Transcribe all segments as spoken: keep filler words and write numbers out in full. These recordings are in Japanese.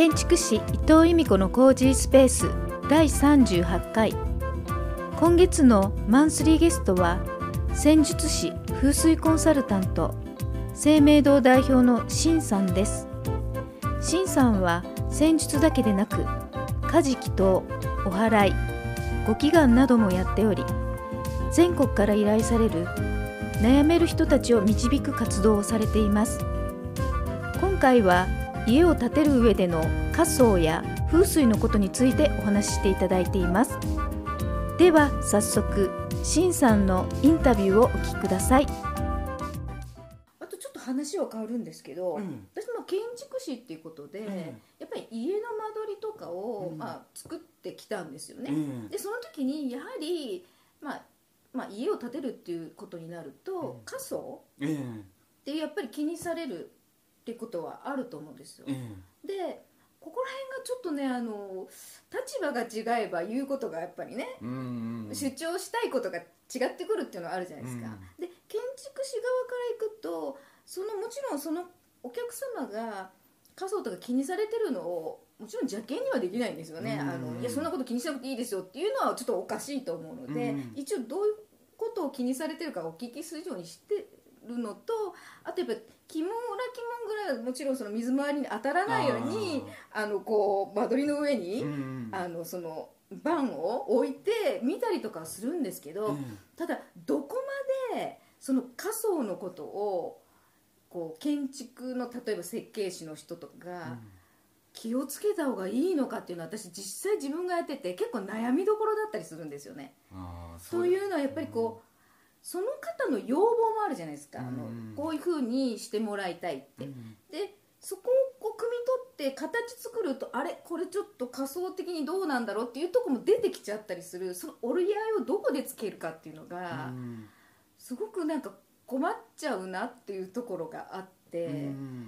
建築士伊藤由美子のコージースペースだいさんじゅうはちかい。今月のマンスリーゲストは戦術師風水コンサルタント生命堂代表の辛さんです。辛さんは戦術だけでなく家事祈祷、お祓い、ご祈願などもやっており、全国から依頼される悩める人たちを導く活動をされています。今回は家を建てる上での家相や風水のことについてお話ししていただいています。では早速辛さんのインタビューをお聞きください。あとちょっと話は変わるんですけど、うん、私も建築士っていうことで、うん、やっぱり家の間取りとかを、うん、まあ、作ってきたんですよね、うん、でその時にやはり、まあまあ、家を建てるっていうことになると、うん、家相ってやっぱり気にされるってことはあると思うんですよ、うん、でここら辺がちょっとね、あの立場が違えば言うことがやっぱりね、うんうんうん、主張したいことが違ってくるっていうのはあるじゃないですか、うん、で建築士側からいくとそのもちろんそのお客様が家相とか気にされてるのをもちろん邪険にはできないんですよね、うんうん、あのいやそんなこと気にしなくていいですよっていうのはちょっとおかしいと思うので、うん、一応どういうことを気にされてるかお聞きするようにしてるのと、あとやっぱ鬼門裏鬼門ぐらいはもちろんその水回りに当たらないようにあのこう間取りの上に、うん、あのその板を置いて見たりとかするんですけど、うん、ただどこまでその家相のことをこう建築の例えば設計士の人とかが気をつけた方がいいのかっていうのは私実際自分がやってて結構悩みどころだったりするんですよね。あというのはやっぱりこう、うん、その方の要望もあるじゃないですか、うん、あのこういう風にしてもらいたいって、うん、でそこをこう汲み取って形作るとあれこれちょっと仮想的にどうなんだろうっていうところも出てきちゃったりする、その折り合いをどこでつけるかっていうのが、うん、すごくなんか困っちゃうなっていうところがあって、うん、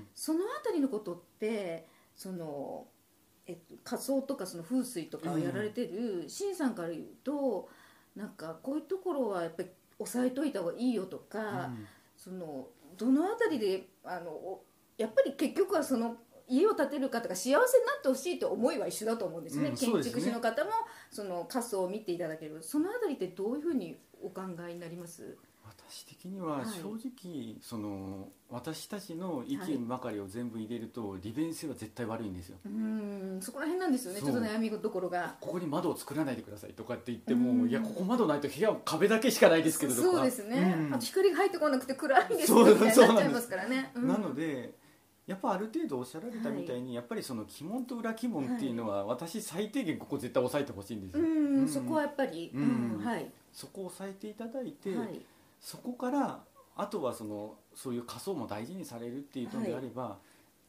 そのあたりのことってその、えっと、仮想とかその風水とかをやられてる辛さんから言うと、なんかこういうところはやっぱり押さえといた方がいいよとか、うん、そのどのあたりであのやっぱり結局はその家を建てる方が幸せになってほしいという思いは一緒だと思うんですね、うん、建築士の方もその家相を見ていただける、そのあたりってどういうふうにお考えになります？ 私的には正直、はい、その私たちの意見ばかりを全部入れると、はい、利便性は絶対悪いんですよ。うーん、そこら辺なんですよね、ちょっと悩みどころが。 ここに窓を作らないでくださいとかって言っても、いやここ窓ないと部屋壁だけしかないですけどとか、 そうですね、うん、あと光が入ってこなくて暗いんですよみたいになっちゃいますからね。 うん、なのでやっぱある程度おっしゃられたみたいに、はい、やっぱりその鬼門と裏鬼門っていうのは、はい、私最低限ここ絶対押さえてほしいんですよ。うん、 うん、そこはやっぱり、うんうん、はい、 そこを押さえていただいて、はい、そこからあとはそのそういう仮想も大事にされるっていうのであれば、はい、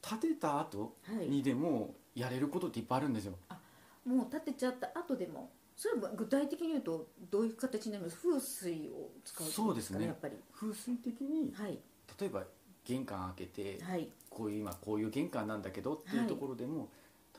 建てた後にでもやれることっていっぱいあるんですよ。 あ、もう建てちゃった後でもそれは具体的に言うとどういう形になります？風水を使う、ね、 そうですね、 やっぱり風水的に、 はい、 例えば玄関開けて、 はい、 こういう今こういう玄関なんだけどっていうところでも、はい、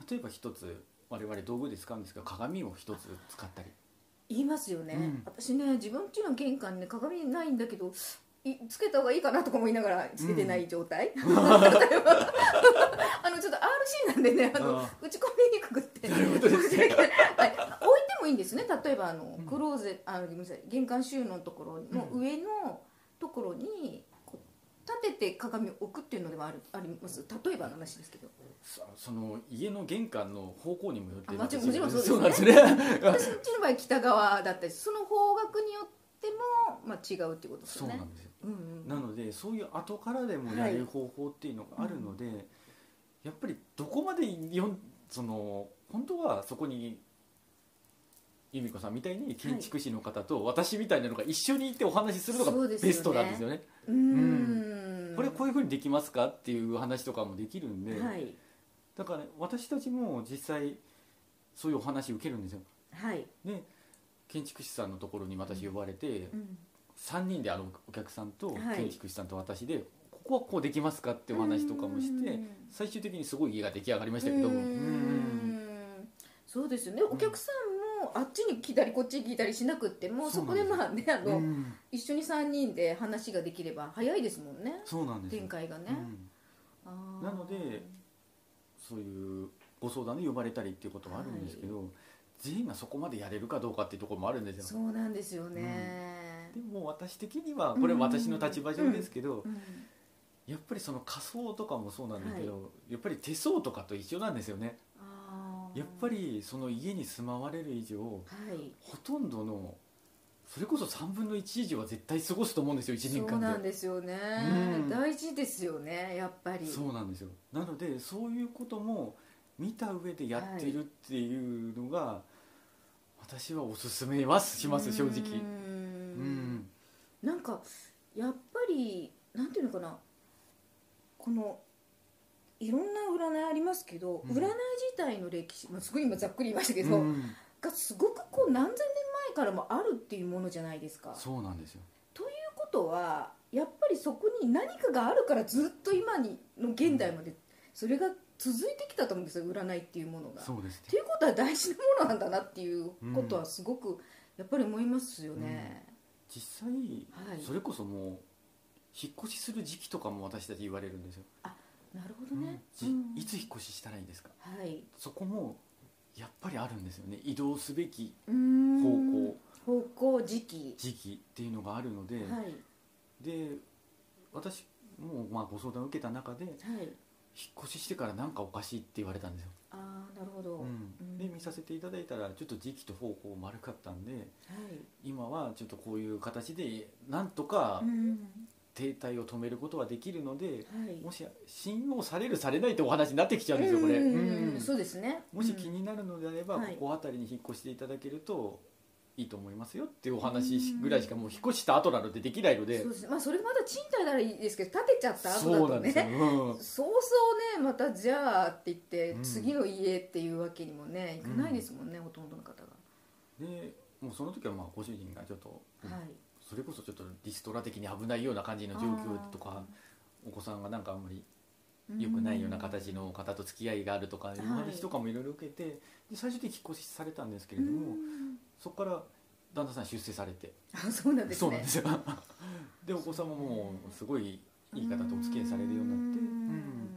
例えば一つ我々道具で使うんですが鏡を一つ使ったり言いますよね、うん、私ね自分家の玄関に、ね、鏡ないんだけどつけた方がいいかなとか思いながらつけてない状態、うん、あのちょっと アールシー なんでね、あの打ち込みにくくってはい、置いてもいいんですね。例えばあのクローゼあのごめんなさい玄関収納のところの上のところにこう立てて鏡を置くっていうのではあるあります。例えばの話ですけど、 その家の玄関の方向にもよってもちろんそうですね。私のうちの場合北側だったり、その方角によっても、まあ、違うっていうことですよね。 そうなんですよ、うんうん、なのでそういう後からでもやれる方法っていうのがあるので、はい、うん、やっぱりどこまでよその本当はそこに由美子さんみたいに建築士の方と私みたいなのが一緒にいてお話しするのがベストなんですよね。うーん、うん、これこういうふうにできますかっていう話とかもできるんで、はい、だから、ね、私たちも実際そういうお話受けるんですよ。はい、で建築士さんのところに私呼ばれて、うん、さんにんであのお客さんと建築士さんと私で、ここはこうできますかってお話とかもして最終的にすごい家が出来上がりましたけど、うーん、うーん、 そうですよね。お客さんもあっちに来たりこっちに来たりしなくっても、そこでまあね、あの、うん、一緒にさんにんで話ができれば早いですもんね。 そうなんですよ、 展開がね、 うん、あなのでそういうご相談で呼ばれたりっていうことはあるんですけど、はい、全員がそこまでやれるかどうかっていうところもあるんですよ。 そうなんですよね、 うん、でも私的にはこれ私の立場上ですけど、 うんうんうん、 やっぱりその仮装とかもそうなんだけど、はい、やっぱり手相とかと一緒なんですよね。あ、やっぱりその家に住まわれる以上、はい、ほとんどのそれこそさんぶんのいち以上は絶対過ごすと思うんですよ、いちねんかんで。 そうなんですよね、うん、大事ですよね、やっぱり。 そうなんですよ。なのでそういうことも見た上でやってるっていうのが、はい、私はおすすめはします、正直。うん、 なんかやっぱりなんていうのかな、このいろんな占いありますけど、うん、占い自体の歴史、まあ、すごい今ざっくり言いましたけど、うん、がすごくこう何千年前からもあるっていうものじゃないですか。 そうなんですよ。 ということはやっぱりそこに何かがあるからずっと今にの現代までそれが続いてきたと思うんですよ、占いっていうものが。 そうですね。 ということは大事なものなんだなっていうことはすごくやっぱり思いますよね、うん、 実際、はい、それこそもう引っ越しする時期とかも私たち言われるんですよ。 あ、なるほどね、 うん、いつ引っ越ししたらいいんですか、はい、そこもやっぱりあるんですよね。移動すべき方向方向時期時期っていうのがあるので、はい、で私もまあご相談を受けた中で、はい、引っ越ししてからなんかおかしいって言われたんですよ。 ああ、なるほど、うん、 で見させていただいたらちょっと時期と方向丸かったんで、はい、今はちょっとこういう形でなんとか停滞を止めることはできるので、はい、もし信用されるされないってお話になってきちゃうんですよ、これ。 うんうん、そうですね。 もし気になるのであれば、うん、ここあたりに引っ越していただけるといいと思いますよっていうお話ぐらいしかもう引っ越した後なのでできないので、 そうですね、まあ、それまだ賃貸ならいいですけど建てちゃった後だとね、そう、うん、そうそうね、またじゃあって言って、うん、次の家っていうわけにもねいかないですもんね、うん、ほとんどの方が。 でもうその時はまあご主人がちょっと、はい、それこそちょっとリストラ的に危ないような感じの状況とか、お子さんがなんかあんまり良くないような形の方と付き合いがあるとかいう話とかもいろいろ受けて、で最終的に引っ越しされたんですけれども、そこから旦那さん出世されて。 あ、そうなんですね。 そうなんですよでお子さんももうすごいいい方とお付き合いされるようになって、うん、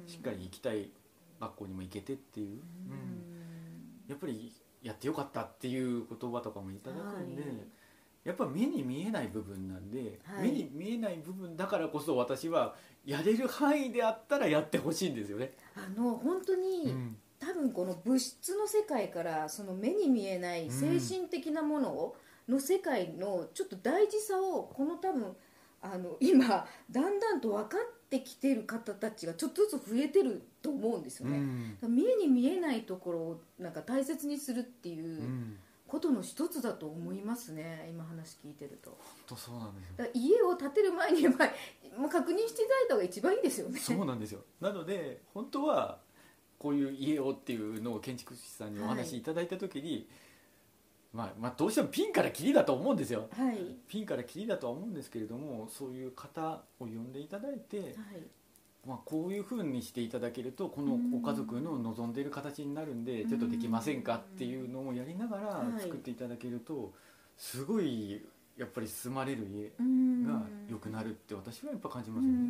しっかり行きたい学校にも行けてっていう、うん、やっぱりやってよかったっていう言葉とかもいただくんで、はい、やっぱ目に見えない部分なんで、はい、目に見えない部分だからこそ私はやれる範囲であったらやってほしいんですよね。 あの本当に、うん、多分この物質の世界からその目に見えない精神的なものを、うん、の世界のちょっと大事さをこの多分あの今だんだんと分かってきてる方たちがちょっとずつ増えてると思うんですよね、うん、目に見えないところをなんか大切にするっていうことの一つだと思いますね、今話聞いてると。 本当そうなんですよ。 だから家を建てる前にやっぱりもう確認していただいた方が一番いいですよね。 そうなんですよ。なので本当はこういう家をっていうのを建築士さんにお話しいただいた時に、はい、まあまあ、どうしてもピンからキリだと思うんですよ、はい、ピンからキリだとは思うんですけれども、そういう方を呼んでいただいて、はい、まあ、こういう風にしていただけるとこのご家族の望んでいる形になるんでちょっとできませんかっていうのをやりながら作っていただけるとすごいやっぱり住まれる家が良くなるって私はやっぱ感じますよね。うん、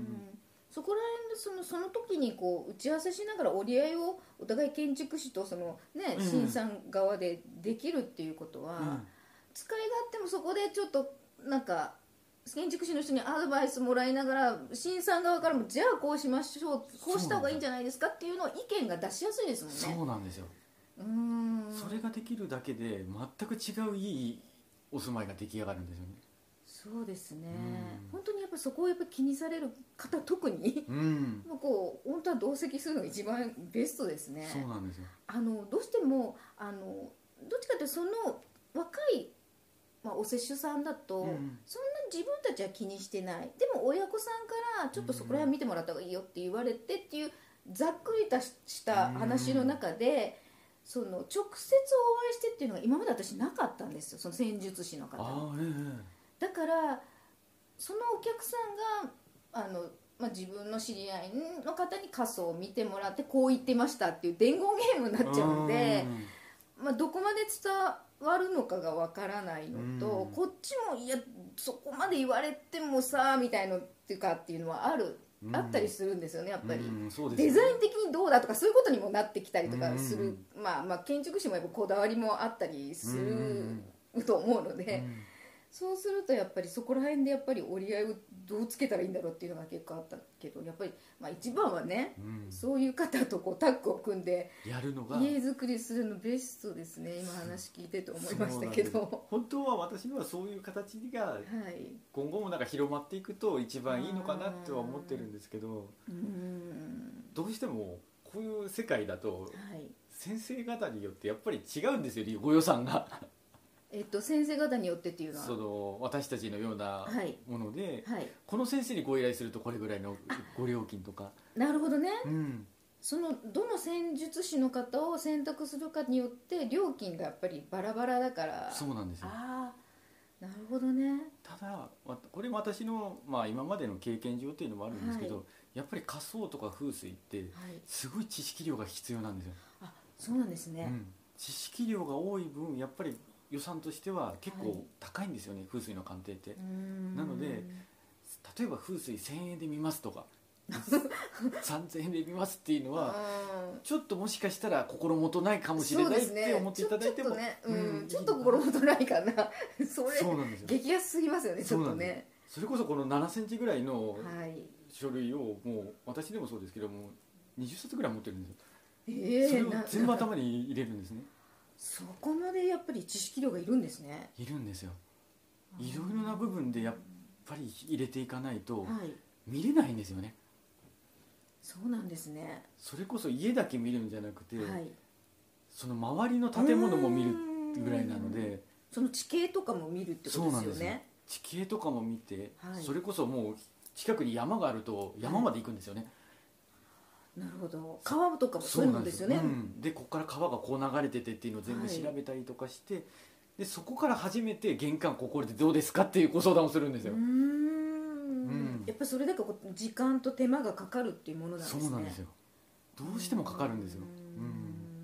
そこら辺でその、その時にこう打ち合わせしながら折り合いをお互い建築士とその、ね、新さん側でできるっていうことは、うん、使い勝手もそこでちょっとなんか建築士の人にアドバイスもらいながら新さん側からもじゃあこうしましょう、こうした方がいいんじゃないですかっていうのを意見が出しやすいですもんね。 そうなんですよ。うーん、それができるだけで全く違ういいお住まいが出来上がるんですよね。 そうですね、うん、本当にやっぱそこをやっぱ気にされる方特に、うん、もうこう本当は同席するのが一番ベストですね。 そうなんですよ。 あのどうしてもあのどっちかというとその若い、まあ、お施主さんだと、うん、そんな自分たちは気にしてない、でも親御さんからちょっとそこら辺見てもらった方がいいよって言われてっていうざっくりとした話の中で、その直接お会いしてっていうのが今まで私なかったんですよ、その戦術師の方に。あ、ええ、だからそのお客さんがあの、まあ、自分の知り合いの方に仮装を見てもらってこう言ってましたっていう伝言ゲームになっちゃうので、まあ、どこまで伝わるのかがわからないのと、こっちもいやそこまで言われてもさみたいのっていうかっていうのはあるあったりするんですよね、やっぱり、 うんそうですね、 デザイン的にどうだとかそういうことにもなってきたりとかする、まあ、まあ建築士もやっぱこだわりもあったりすると思うので、そうするとやっぱりそこら辺でやっぱり折り合いをどうつけたらいいんだろうっていうのが結構あったけど、やっぱりまあ一番はね、 うん、 そういう方とこうタッグを組んでやるのが家づくりするのベストですね。今話聞いてて思いましたけど、 本当は私はそういう形が今後もなんか広まっていくと一番いいのかなとは思ってるんですけど、 うんどうしてもこういう世界だと先生方によってやっぱり違うんですよ、ご予算が。 えっと、先生方によってっていうのはその私たちのようなもので、 はいはい、 この先生にご依頼するとこれぐらいのご料金とか。 なるほどね、 うん、 そのどの戦術師の方を選択するかによって料金がやっぱりバラバラだから。 そうなんですよ。 ああ、なるほどね。 ただこれ私の、まあ、今までの経験上っていうのもあるんですけど、はい、やっぱり仮想とか風水ってすごい知識量が必要なんですよ。 あ、そうなんですね、 うん、知識量が多い分やっぱり予算としては結構高いんですよね、はい、風水の鑑定って。なので例えば風水せんえんで見ますとかさんぜんえんで見ますっていうのはちょっともしかしたら心もとないかもしれないって思っていただいても、ちょっとね、うん、 ちょっと心もとないかなそれそうなんですよ、 激安すぎますよね、ちょっとね。 それこそこのななセンチぐらいの書類をもう私でもそうですけどもにじゅっさつぐらい持ってるんですよ、えー、それを全部頭に入れるんですね。 そこまでやっぱり知識量がいるんですね。 いるんですよ。いろいろな部分でやっぱり入れていかないと見れないんですよね、はい、 そうなんですね。 それこそ家だけ見るんじゃなくて、はい、その周りの建物も見るぐらいなので、 その地形とかも見るってことですよね。そうなんですよ。 地形とかも見て、はい、それこそもう近くに山があると山まで行くんですよね、はい、 なるほど。川とかもそういうのですよね。 で、うん、でここから川がこう流れててっていうのを全部調べたりとかして、はい、でそこから初めて玄関ここでどうですかっていうご相談をするんですよ。うーん、 うん、やっぱりそれだけ時間と手間がかかるっていうものなんですね。 そうなんですよ。どうしてもかかるんですよ。 うん、うん、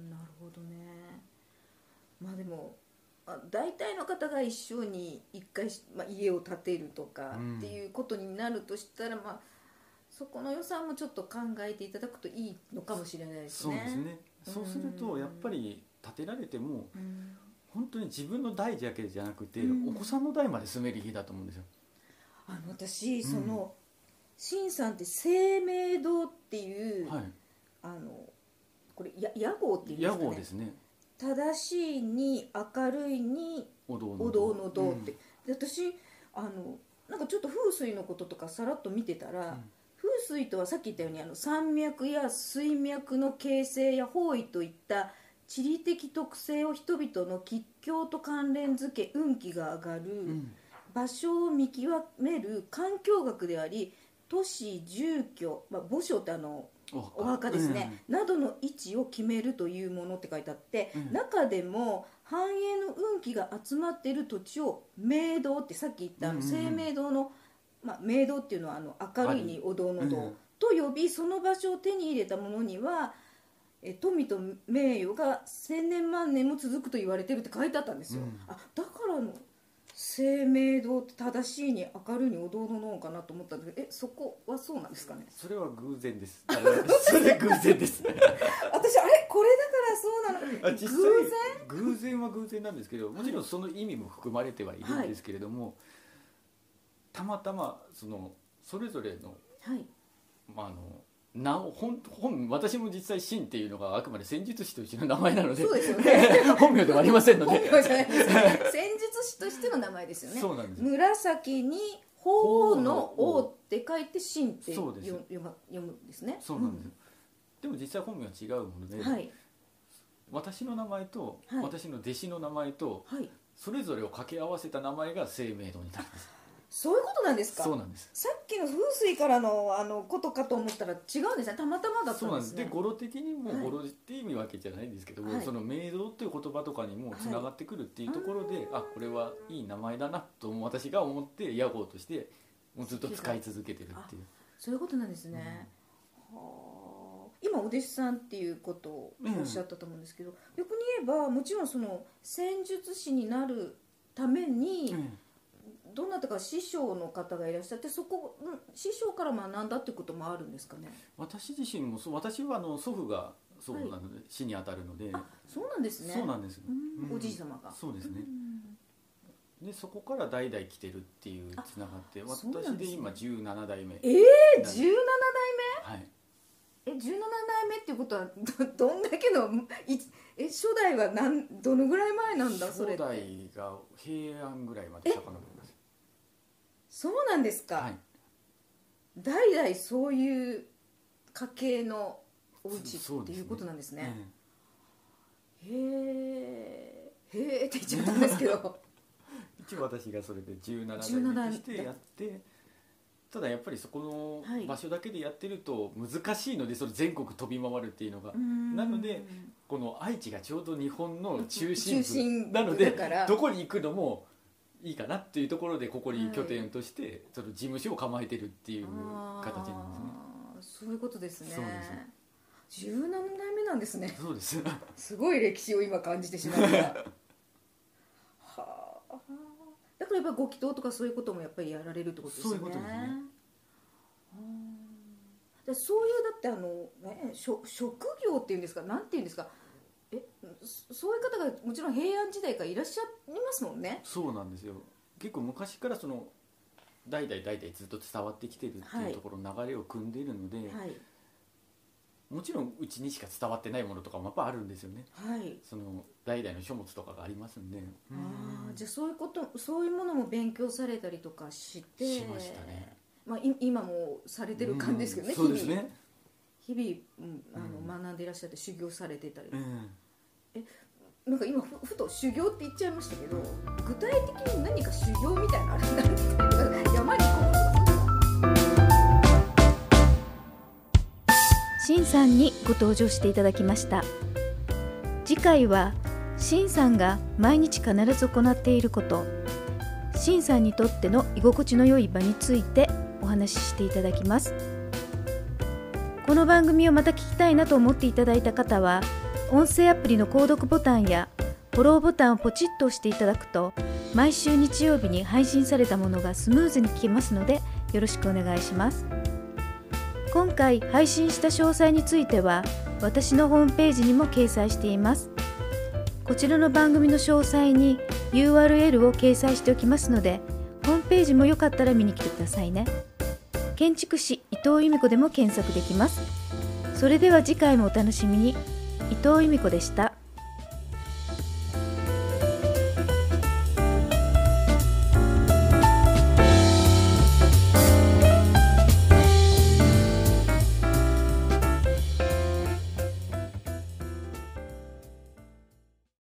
なるほどね。まあでも大体の方が一生に一回、まあ、家を建てるとかっていうことになるとしたら、うん、まあそこの予算もちょっと考えていただくといいのかもしれないですね。 そうですね。そうするとやっぱり建てられても、うん、本当に自分の代だけじゃなくて、うん、お子さんの代まで住める家だと思うんですよ。 あの私その新さんって生命堂っていう、はい、あのこれや屋号っていうんですかね。 屋号ですね。 正しいに明るいにお堂の堂って、うん、で私あのなんかちょっと風水のこととかさらっと見てたら、うん、風水とはさっき言ったようにあの山脈や水脈の形成や方位といった地理的特性を人々の吉凶と関連づけ運気が上がる、うん、場所を見極める環境学であり、都市住居、まあ、墓所ってあのお墓ですね、うん、などの位置を決めるというものって書いてあって、うん、中でも繁栄の運気が集まっている土地を明堂ってさっき言ったあの生命堂の、まあ、明堂っていうのはあの明るいにお堂の堂、うん、と呼び、その場所を手に入れたものにはえ富と名誉が千年万年も続くと言われてるって書いてあったんですよ、うん、あだからの生命堂って正しいに明るいにお堂の脳かなと思ったんだけど、えそこはそうなんですかね。 それは偶然です。それ偶然です私あれこれだからそうなの実際偶然偶然は偶然なんですけど、もちろんその意味も含まれてはいるんですけれども、はい、たまたまそのそれぞれの、はい、まああのなお 本, 本私も実際真っていうのがあくまで戦術師としての名前なので、 そうですよね本名ではありませんので本名じゃないですよね戦術師としての名前ですよね。 そうなんです。 紫に鳳の王って書いて真って読むんですね。 そうなんです、うん、でも実際本名は違うもので、はい、私の名前と、はい、私の弟子の名前と、はい、それぞれを掛け合わせた名前が生命堂になるんです。 そういうことなんですか。 そうなんです。 さっきの風水からのあのことかと思ったら違うんですね。たまたまだったんですね。 そうなんです。で語呂的にも、はい、語呂って意味わけじゃないんですけども、はい、その明堂っていう言葉とかにもつながってくるっていうところで、はい、あこれはいい名前だなと私が思って屋号としてもうずっと使い続けてるっていう。 そういうことなんですね、うん、は今お弟子さんっていうことをおっしゃったと思うんですけど、うん、逆に言えばもちろんその戦術師になるために、うんどなたか師匠の方がいらっしゃって、そこ、うん、師匠から学んだってこともあるんですかね。 私自身もそう、私はあの祖父がそうなので、はい、師にあたるので。 あ、そうなんですね。 そうなんです、 うん、おじい様が。 そうですね。でそこから代々来てるっていうつながって、私で今じゅうななだいめ。 ええー、じゅうななだいめ。はい。え、じゅうななだいめっていうことは ど, どんだけのいえ初代はなんどのぐらい前なんだそれって。 初代が平安ぐらいまで遡ります。 そうなんですか。はい、代々そういう家系のお家っていうことなんですね。へえへえって言っちゃったんですけど一応私がそれでじゅうななだいめとしてやって、ただやっぱりそこの場所だけでやってると難しいので、それ全国飛び回るっていうのが、なのでこの愛知がちょうど日本の中心部なので、どこに行くのもいいかなっていうところで、ここに拠点としてその事務所を構えてるっていう形なんですね。 そういうことですね。 そうです。 じゅうななだいめなんですね。 そうですすごい歴史を今感じてしまったはあ、だからやっぱりご祈祷とかそういうこともやっぱりやられるってことですね。 そういうことですね。 でそういうだってあの、ね、職業っていうんですか、なんていうんですか、えそういう方がもちろん平安時代からいらっしゃいますもんね。 そうなんですよ。結構昔からその代々代々ずっと伝わってきてるっていうところの流れを組んでいるので、はい、もちろんうちにしか伝わってないものとかもやっぱあるんですよね。はい、その代々の書物とかがありますんで。 ああ、じゃあそういうことそういうものも勉強されたりとかしてしましたね。 まあ、今もされてる感じですけどね。 そうですね。 日々、うん、あの、うん、学んでいらっしゃって修行されてたり、うん、えなんか今 ふ, ふと修行って言っちゃいましたけど、具体的に何か修行みたいなのあるんですか？山に行こうとか。 シンさんにご登場していただきました。次回はシンさんが毎日必ず行っていること、シンさんにとっての居心地の良い場についてお話ししていただきます。この番組をまた聞きたいなと思っていただいた方は、音声アプリの購読ボタンやフォローボタンをポチッと押していただくと、毎週日曜日に配信されたものがスムーズに聞けますので、よろしくお願いします。今回配信した詳細については、私のホームページにも掲載しています。こちらの番組の詳細に ユーアールエル を掲載しておきますので、ホームページもよかったら見に来てくださいね。建築士伊藤由美子でも検索できます。それでは次回もお楽しみに。伊藤由美子でした。